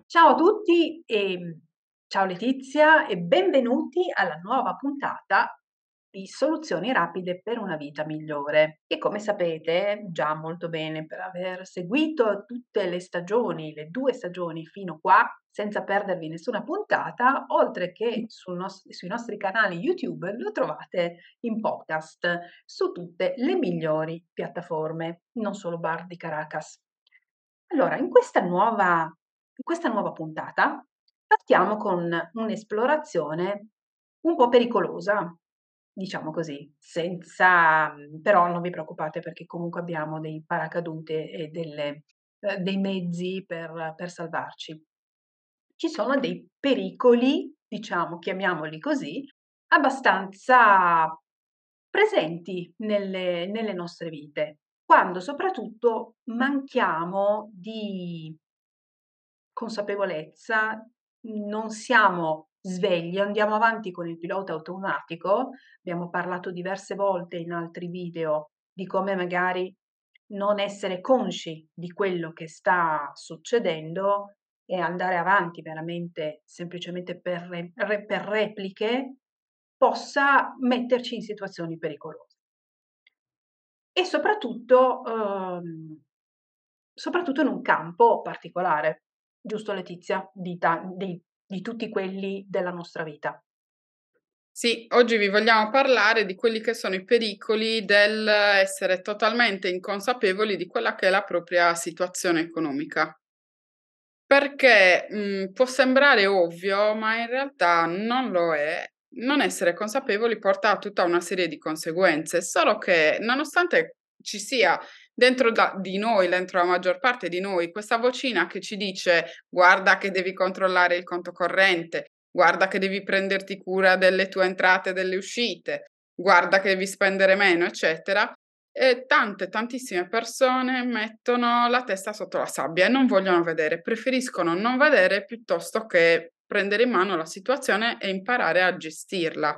Ciao a tutti e ciao Letizia e benvenuti alla nuova puntata di Soluzioni rapide per una vita migliore. E come sapete già molto bene per aver seguito tutte le stagioni, le 2 stagioni fino qua, senza perdervi nessuna puntata, oltre che sui nostri canali YouTube, lo trovate in podcast su tutte le migliori piattaforme, non solo Bar di Caracas. Allora, in questa nuova puntata partiamo con un'esplorazione un po' pericolosa, diciamo così, senza però non vi preoccupate perché comunque abbiamo dei paracadute e dei mezzi per salvarci. Ci sono dei pericoli, diciamo, chiamiamoli così, abbastanza presenti nelle nostre vite, quando soprattutto manchiamo di consapevolezza, non siamo svegli, andiamo avanti con il pilota automatico. Abbiamo parlato diverse volte in altri video di come magari non essere consci di quello che sta succedendo e andare avanti veramente semplicemente per repliche, possa metterci in situazioni pericolose. E soprattutto in un campo particolare, giusto Letizia? Di tutti quelli della nostra vita. Sì, oggi vi vogliamo parlare di quelli che sono i pericoli dell'essere totalmente inconsapevoli di quella che è la propria situazione economica. Perché può sembrare ovvio, ma in realtà non lo è. Non essere consapevoli porta a tutta una serie di conseguenze, solo che nonostante ci sia di noi, dentro la maggior parte di noi, questa vocina che ci dice guarda che devi controllare il conto corrente, guarda che devi prenderti cura delle tue entrate e delle uscite, guarda che devi spendere meno, eccetera, e tantissime persone mettono la testa sotto la sabbia e non vogliono vedere, preferiscono non vedere piuttosto che prendere in mano la situazione e imparare a gestirla.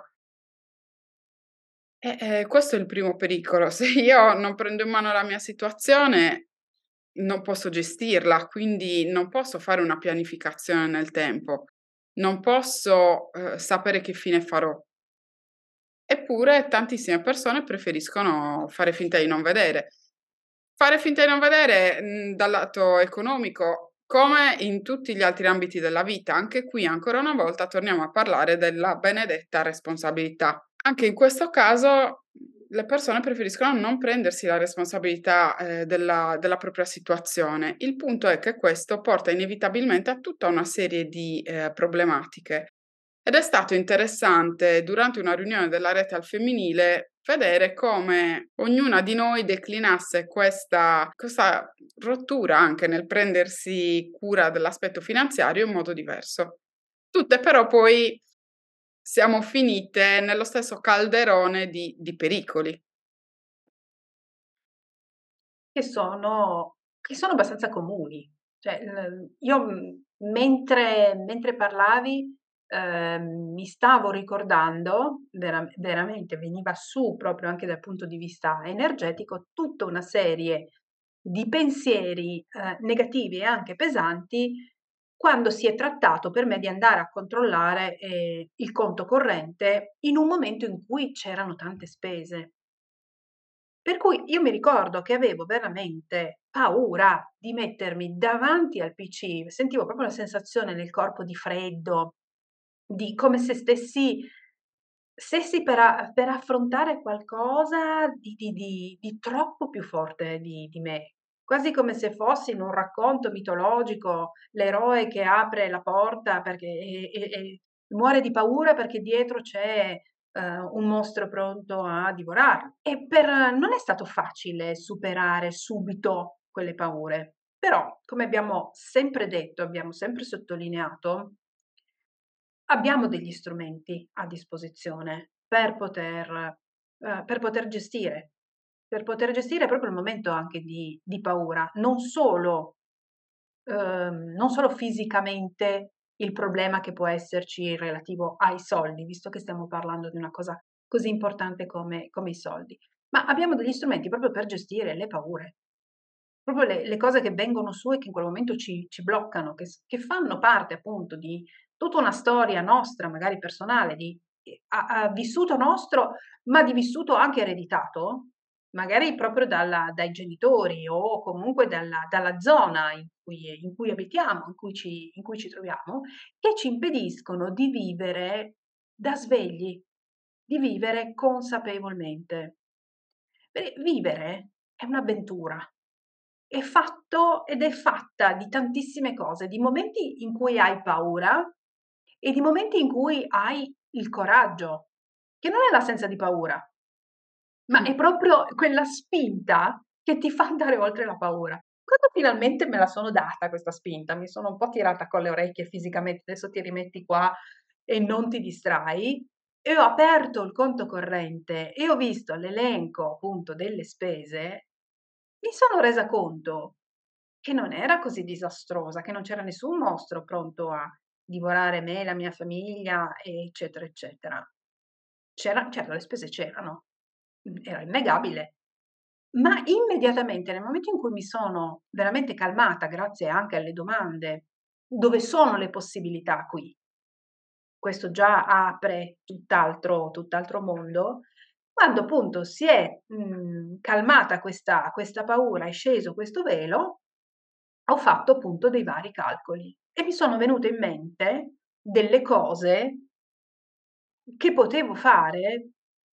Questo è il primo pericolo. Se io non prendo in mano la mia situazione, non posso gestirla, quindi non posso fare una pianificazione nel tempo, non posso, sapere che fine farò. Eppure tantissime persone preferiscono fare finta di non vedere. Fare finta di non vedere, dal lato economico, come in tutti gli altri ambiti della vita, anche qui ancora una volta torniamo a parlare della benedetta responsabilità. Anche in questo caso, le persone preferiscono non prendersi la responsabilità, della propria situazione. Il punto è che questo porta inevitabilmente a tutta una serie di, problematiche. Ed è stato interessante, durante una riunione della Rete al Femminile, vedere come ognuna di noi declinasse questa rottura anche nel prendersi cura dell'aspetto finanziario in modo diverso. Tutte però poi siamo finite nello stesso calderone di pericoli. Che sono abbastanza comuni. Cioè, io, mentre parlavi, mi stavo ricordando, veramente veniva su proprio anche dal punto di vista energetico, tutta una serie di pensieri, negativi e anche pesanti, quando si è trattato per me di andare a controllare, il conto corrente in un momento in cui c'erano tante spese. Per cui io mi ricordo che avevo veramente paura di mettermi davanti al PC, sentivo proprio la sensazione nel corpo di freddo, di come se stessi per affrontare qualcosa di troppo più forte di me, quasi come se fossi in un racconto mitologico, l'eroe che apre la porta perché e muore di paura perché dietro c'è un mostro pronto a divorarlo. Non è stato facile superare subito quelle paure, però come abbiamo sempre detto, abbiamo sempre sottolineato, abbiamo degli strumenti a disposizione per poter gestire proprio il momento anche di paura, non solo fisicamente il problema che può esserci relativo ai soldi, visto che stiamo parlando di una cosa così importante come i soldi, ma abbiamo degli strumenti proprio per gestire le paure. proprio le cose che vengono su e che in quel momento ci bloccano, che fanno parte appunto di tutta una storia nostra, magari personale, di a vissuto nostro, ma di vissuto anche ereditato, magari proprio dai genitori o comunque dalla zona in cui abitiamo, in cui ci troviamo, che ci impediscono di vivere da svegli, di vivere consapevolmente. Vivere è un'avventura. Ed è fatta di tantissime cose, di momenti in cui hai paura e di momenti in cui hai il coraggio, che non è l'assenza di paura, ma Mh. è proprio quella spinta che ti fa andare oltre la paura. Quando finalmente me la sono data questa spinta, mi sono un po' tirata con le orecchie fisicamente, adesso ti rimetti qua e non ti distrai, e ho aperto il conto corrente e ho visto l'elenco appunto delle spese, mi sono resa conto che non era così disastrosa, che non c'era nessun mostro pronto a divorare me, la mia famiglia, eccetera, eccetera. Certo, le spese c'erano, era innegabile, ma immediatamente nel momento in cui mi sono veramente calmata, grazie anche alle domande: "Dove sono le possibilità qui?" Questo già apre tutt'altro mondo. Quando appunto si è, calmata questa paura, è sceso questo velo, ho fatto appunto dei vari calcoli e mi sono venute in mente delle cose che potevo fare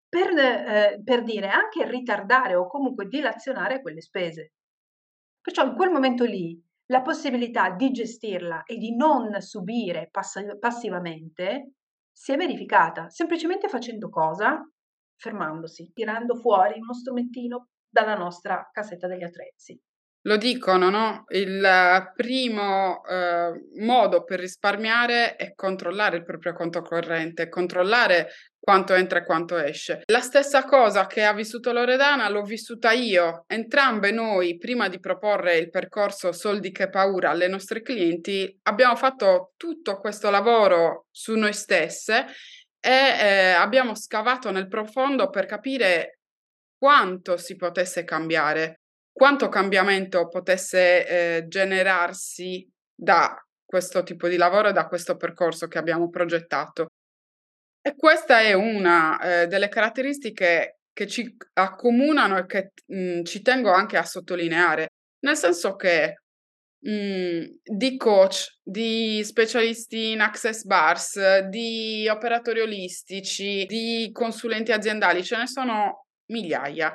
per dire anche ritardare o comunque dilazionare quelle spese. Perciò in quel momento lì la possibilità di gestirla e di non subire passivamente si è verificata, semplicemente facendo cosa? Fermandosi, tirando fuori uno strumentino dalla nostra cassetta degli attrezzi. Lo dicono, no, il primo, modo per risparmiare è controllare il proprio conto corrente, controllare quanto entra e quanto esce. La stessa cosa che ha vissuto Loredana l'ho vissuta io. Entrambe noi, prima di proporre il percorso Soldi che paura alle nostre clienti, abbiamo fatto tutto questo lavoro su noi stesse e, abbiamo scavato nel profondo per capire quanto si potesse cambiare, quanto cambiamento potesse, generarsi da questo tipo di lavoro e da questo percorso che abbiamo progettato. E questa è una, delle caratteristiche che ci accomunano e che, ci tengo anche a sottolineare, nel senso che, di coach, di specialisti in access bars, di operatori olistici, di consulenti aziendali, ce ne sono migliaia.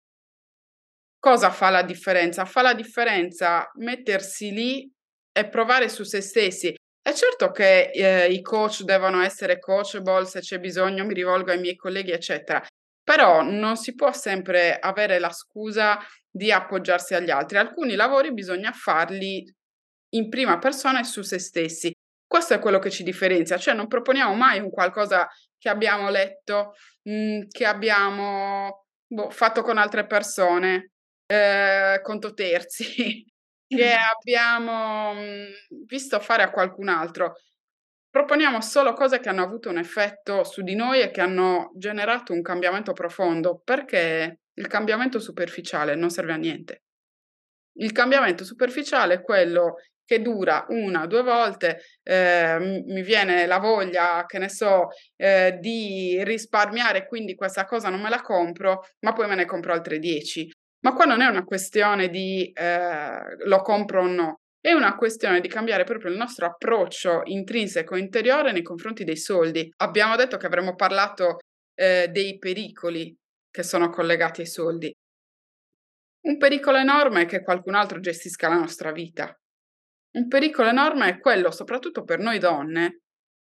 Cosa fa la differenza? Fa la differenza mettersi lì e provare su se stessi. È certo che, i coach devono essere coachable, se c'è bisogno mi rivolgo ai miei colleghi, eccetera, però non si può sempre avere la scusa di appoggiarsi agli altri. Alcuni lavori bisogna farli in prima persona e su se stessi. Questo è quello che ci differenzia, cioè non proponiamo mai un qualcosa che abbiamo letto, che abbiamo, boh, fatto con altre persone, conto terzi, che abbiamo, visto fare a qualcun altro. Proponiamo solo cose che hanno avuto un effetto su di noi e che hanno generato un cambiamento profondo, perché il cambiamento superficiale non serve a niente. Il cambiamento superficiale è quello che dura 1, 2 volte, mi viene la voglia, che ne so, di risparmiare, quindi questa cosa non me la compro, ma poi me ne compro altre 10. Ma qua non è una questione di, lo compro o no, è una questione di cambiare proprio il nostro approccio intrinseco interiore nei confronti dei soldi. Abbiamo detto che avremmo parlato, dei pericoli che sono collegati ai soldi. Un pericolo enorme è che qualcun altro gestisca la nostra vita. Un pericolo enorme è quello, soprattutto per noi donne,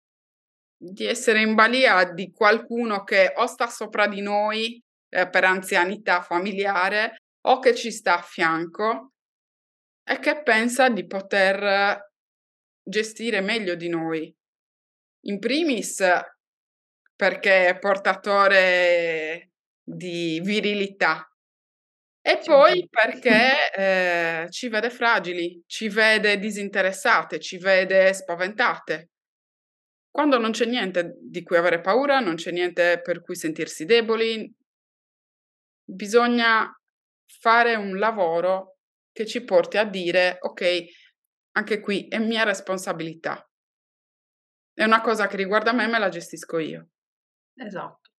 di essere in balia di qualcuno che o sta sopra di noi, per anzianità familiare, o che ci sta a fianco e che pensa di poter gestire meglio di noi. In primis perché è portatore di virilità. E poi perché, ci vede fragili, ci vede disinteressate, ci vede spaventate. Quando non c'è niente di cui avere paura, non c'è niente per cui sentirsi deboli, bisogna fare un lavoro che ci porti a dire: "Okay, anche qui è mia responsabilità. È una cosa che riguarda me la gestisco io." Esatto.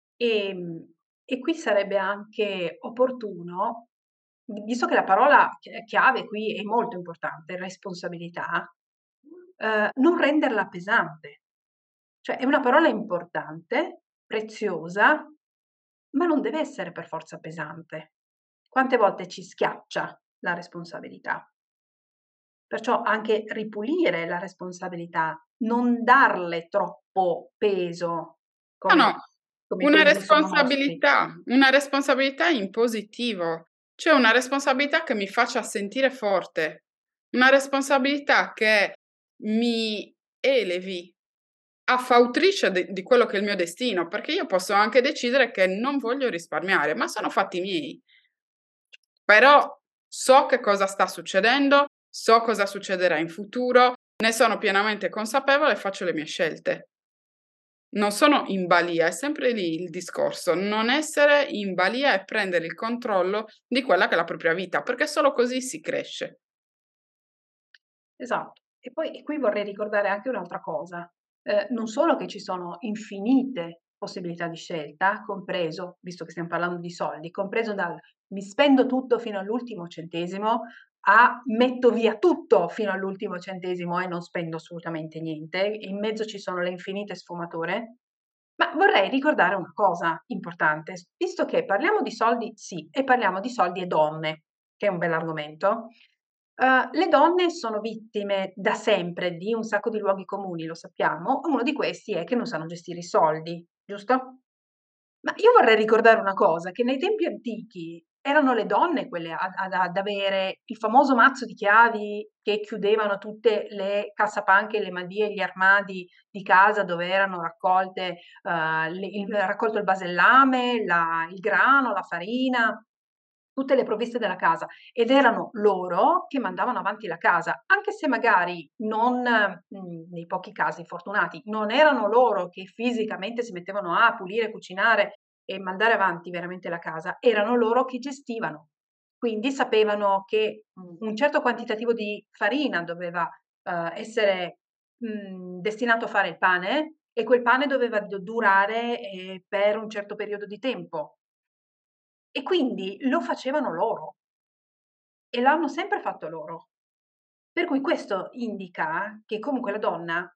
E qui sarebbe anche opportuno, visto che la parola chiave qui è molto importante, responsabilità, non renderla pesante. Cioè è una parola importante, preziosa, ma non deve essere per forza pesante. Quante volte ci schiaccia la responsabilità? Perciò anche ripulire la responsabilità, non darle troppo peso No, no, come i pesi sono nostri. una responsabilità in positivo, cioè una responsabilità che mi faccia sentire forte, una responsabilità che mi elevi a fautrice di quello che è il mio destino, perché io posso anche decidere che non voglio risparmiare, ma sono fatti miei. Però so che cosa sta succedendo, so cosa succederà in futuro, ne sono pienamente consapevole e faccio le mie scelte. Non sono in balia, è sempre lì il discorso, non essere in balia e prendere il controllo di quella che è la propria vita, perché solo così si cresce. Esatto. E qui vorrei ricordare anche un'altra cosa, non solo che ci sono infinite possibilità di scelta, compreso, visto che stiam parlando di soldi, compreso dal mi spendo tutto fino all'ultimo centesimo, a metto via tutto fino all'ultimo centesimo e non spendo assolutamente niente, in mezzo ci sono le infinite sfumature. Ma vorrei ricordare una cosa importante, visto che parliamo di soldi, sì, e parliamo di soldi e donne, che è un bell'argomento. Le donne sono vittime da sempre di un sacco di luoghi comuni, lo sappiamo, uno di questi è che non sanno gestire i soldi, giusto? Ma io vorrei ricordare una cosa, che nei tempi antichi erano le donne quelle ad avere il famoso mazzo di chiavi che chiudevano tutte le cassapanche, le mandie, gli armadi di casa dove erano raccolte, raccolto il basellame, il grano, la farina, tutte le provviste della casa, ed erano loro che mandavano avanti la casa, anche se magari non nei pochi casi fortunati, non erano loro che fisicamente si mettevano a pulire, cucinare e mandare avanti veramente la casa, erano loro che gestivano. Quindi sapevano che, un certo quantitativo di farina doveva, essere, destinato a fare il pane e quel pane doveva durare, per un certo periodo di tempo. E quindi lo facevano loro e l'hanno sempre fatto loro. Per cui questo indica che comunque la donna,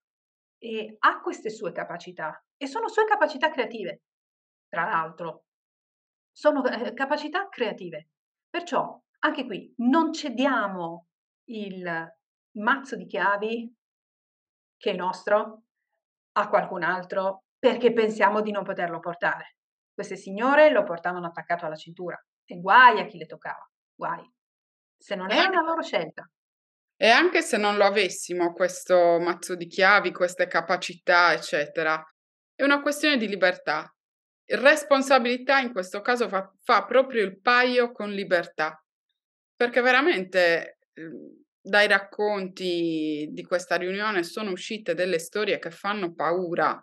ha queste sue capacità e sono sue capacità creative, tra l'altro. Sono, capacità creative. Perciò anche qui non cediamo il mazzo di chiavi che è nostro a qualcun altro perché pensiamo di non poterlo portare. Queste signore lo portavano attaccato alla cintura e guai a chi le toccava, guai. Se non E era una anche loro scelta. e anche se non lo avessimo questo mazzo di chiavi, queste capacità, eccetera, è una questione di libertà. Responsabilità in questo caso fa proprio il paio con libertà, perché veramente, dai racconti di questa riunione sono uscite delle storie che fanno paura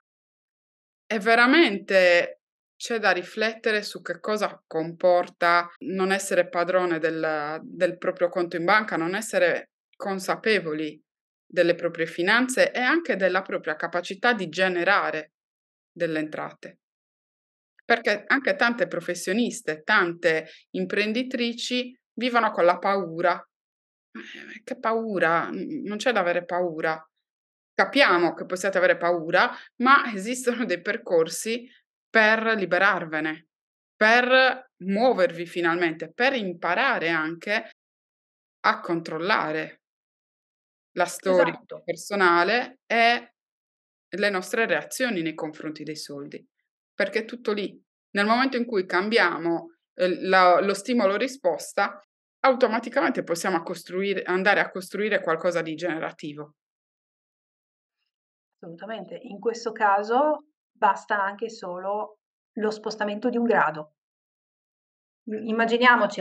e veramente c'è da riflettere su che cosa comporta non essere padrone del proprio conto in banca, non essere consapevoli delle proprie finanze e anche della propria capacità di generare delle entrate. Perché anche tante professioniste, tante imprenditrici vivono con la paura. Che paura? Non c'è da avere paura. Capiamo che possiate avere paura, ma esistono dei percorsi per liberarvene, per muovervi finalmente, per imparare anche a controllare la storia Esatto, personale e le nostre reazioni nei confronti dei soldi, perché è tutto lì. Nel momento in cui cambiamo, la lo stimolo risposta, automaticamente possiamo andare a costruire qualcosa di generativo. assolutamente. In questo caso basta anche solo lo spostamento di un grado. Immaginiamoci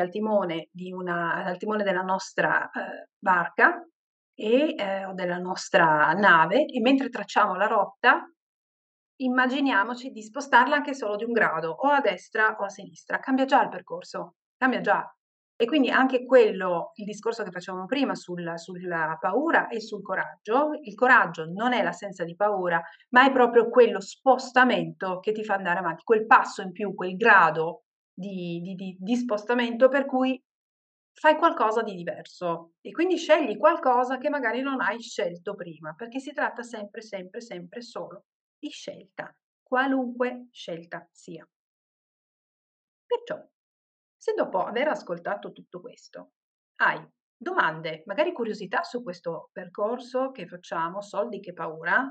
al timone della nostra, barca o della nostra nave e mentre tracciamo la rotta, immaginiamoci di spostarla anche solo di un grado, o a destra o a sinistra. Cambia già il percorso, cambia già. E quindi anche quello, il discorso che facevamo prima sulla paura e sul coraggio, il coraggio non è l'assenza di paura, ma è proprio quello spostamento che ti fa andare avanti, quel passo in più, quel grado di spostamento per cui fai qualcosa di diverso e quindi scegli qualcosa che magari non hai scelto prima, perché si tratta sempre, sempre, sempre solo di scelta, qualunque scelta sia. Perciò, se dopo aver ascoltato tutto questo hai domande, magari curiosità su questo percorso che facciamo, soldi che paura,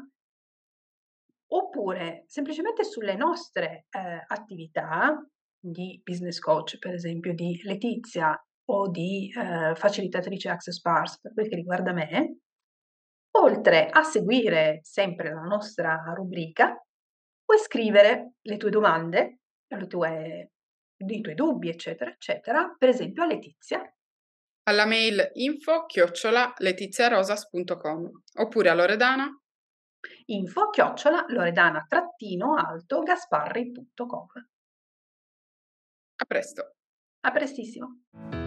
oppure semplicemente sulle nostre attività di business coach, per esempio di Letizia o di facilitatrice Access Bars per quel che riguarda me, oltre a seguire sempre la nostra rubrica, puoi scrivere le tue domande, i tuoi dubbi, eccetera, eccetera, per esempio a Letizia. Alla mail info@letiziarosas.com oppure a Loredana. info@loredana-gasparri.com. A presto. A prestissimo.